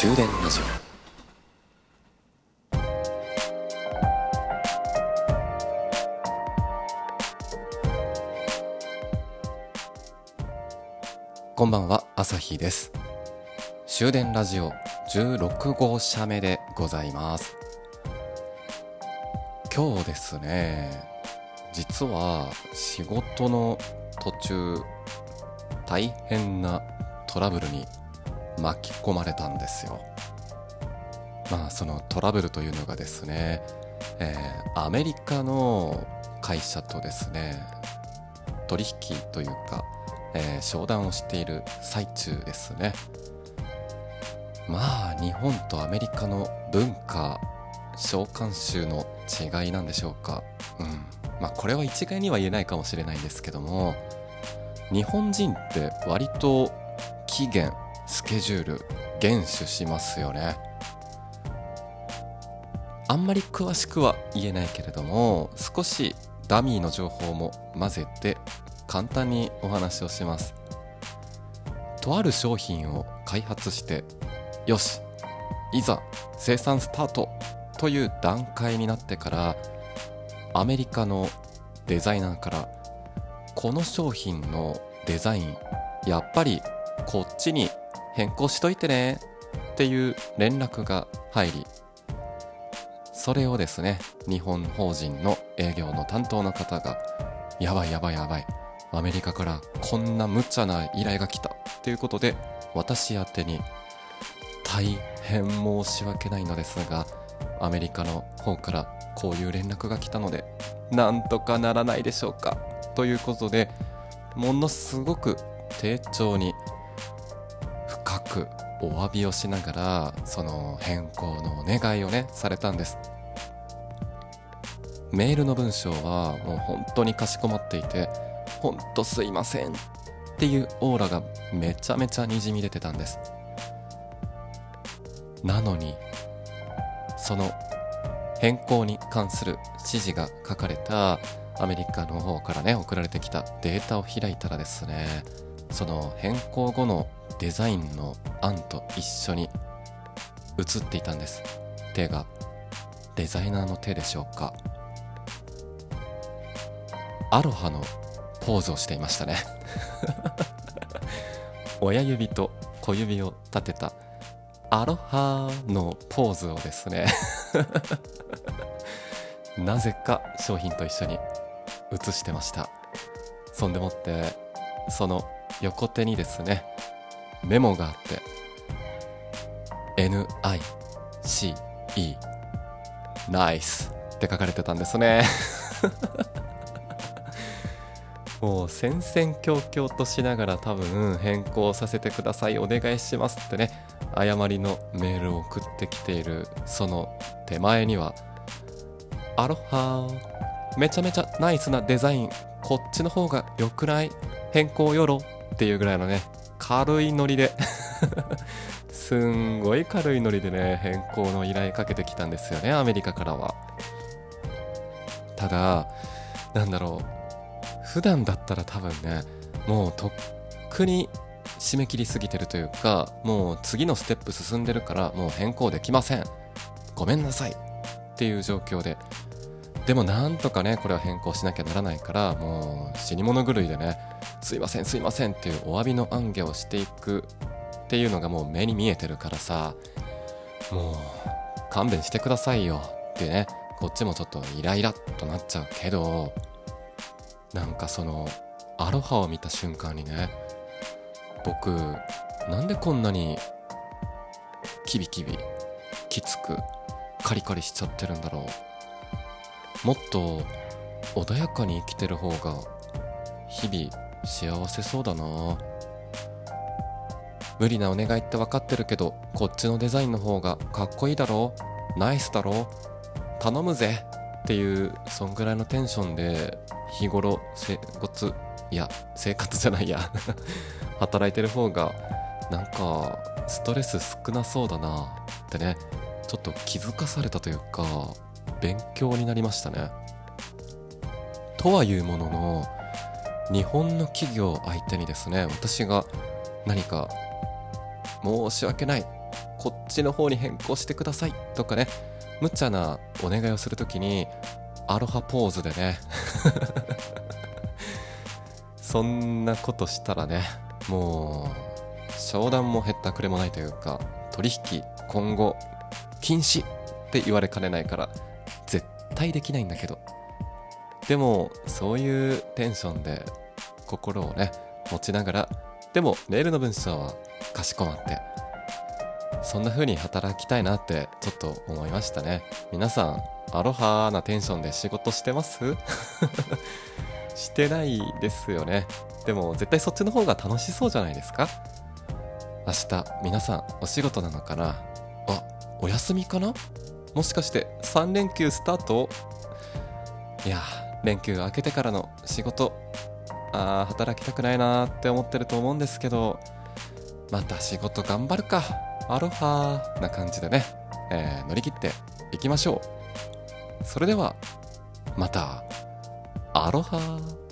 終電ラジオ。こんばんは、朝日です。終電ラジオ16号車目でございます。今日ですね、実は仕事の途中大変なトラブルに巻き込まれたんですよ。そのトラブルというのがですね、アメリカの会社とですね取引というか、商談をしている最中ですね。日本とアメリカの文化召喚集の違いなんでしょうか。これは一概には言えないかもしれないんですけども、日本人って割と期限、スケジュール厳守しますよね。あんまり詳しくは言えないけれども、少しダミーの情報も混ぜて簡単にお話をします。とある商品を開発して、よし、いざ生産スタートという段階になってから、アメリカのデザイナーからこの商品のデザインやっぱりこっちに変更しといてねっていう連絡が入り、それをですね、日本法人の営業の担当の方がやばい、アメリカからこんな無茶な依頼が来たということで、私宛てに大変申し訳ないのですが、アメリカの方からこういう連絡が来たのでなんとかならないでしょうかということで、ものすごく丁重に深くお詫びをしながら、その変更のお願いをねされたんです。メールの文章はもう本当にかしこまっていて、本当すいませんっていうオーラがめちゃめちゃにじみ出てたんです。なのにその変更に関する指示が書かれたアメリカの方からね送られてきたデータを開いたらですね、その変更後のデザインの案と一緒に写っていたんです。手がデザイナーの手でしょうか。アロハのポーズをしていましたね親指と小指を立てたアロハのポーズをですねなぜか商品と一緒に写してました。そんでもってその横手にですねメモがあって NICE ナイスって書かれてたんですねもう戦々恐々としながら多分変更させてください、お願いしますってね誤りのメールを送ってきているその手前には、アロハめちゃめちゃナイスなデザイン、こっちの方が良くない、変更よろっていうぐらいのね軽いノリですんごい軽いノリでね変更の依頼かけてきたんですよね、アメリカからは。ただ普段だったら多分ねもうとっくに締め切りすぎてるというか、もう次のステップ進んでるからもう変更できません、ごめんなさいっていう状況で、でもなんとかねこれは変更しなきゃならないから、もう死に物狂いでねすいませんっていうお詫びの行脚をしていくっていうのがもう目に見えてるからさ、もう勘弁してくださいよってね、こっちもちょっとイライラっとなっちゃうけど、そのアロハを見た瞬間にね、僕なんでこんなにキビキビきつくカリカリしちゃってるんだろう、もっと穏やかに生きてる方が日々幸せそうだな、無理なお願いって分かってるけどこっちのデザインの方がかっこいいだろう、ナイスだろう、頼むぜっていう、そんぐらいのテンションで日頃生活じゃないや働いてる方がストレス少なそうだなってね、ちょっと気づかされたというか勉強になりましたね。とはいうものの、日本の企業相手にですね私が何か申し訳ない、 こっちの方に変更してくださいとかね、無茶なお願いをするときにアロハポーズでねそんなことしたらね、もう商談もへったくれもないというか、取引今後禁止って言われかねないから絶対できないんだけど、でもそういうテンションで心をね持ちながら、でもメールの文章はかしこまって、そんな風に働きたいなってちょっと思いましたね。皆さんアロハなテンションで仕事してますしてないですよね。でも絶対そっちの方が楽しそうじゃないですか。明日皆さんお仕事なのかな。あ、お休みかな。もしかして3連休スタート。いや、連休明けてからの仕事、働きたくないなって思ってると思うんですけど、また仕事頑張るか、アロハな感じでね、乗り切っていきましょう。それではまたアロハ。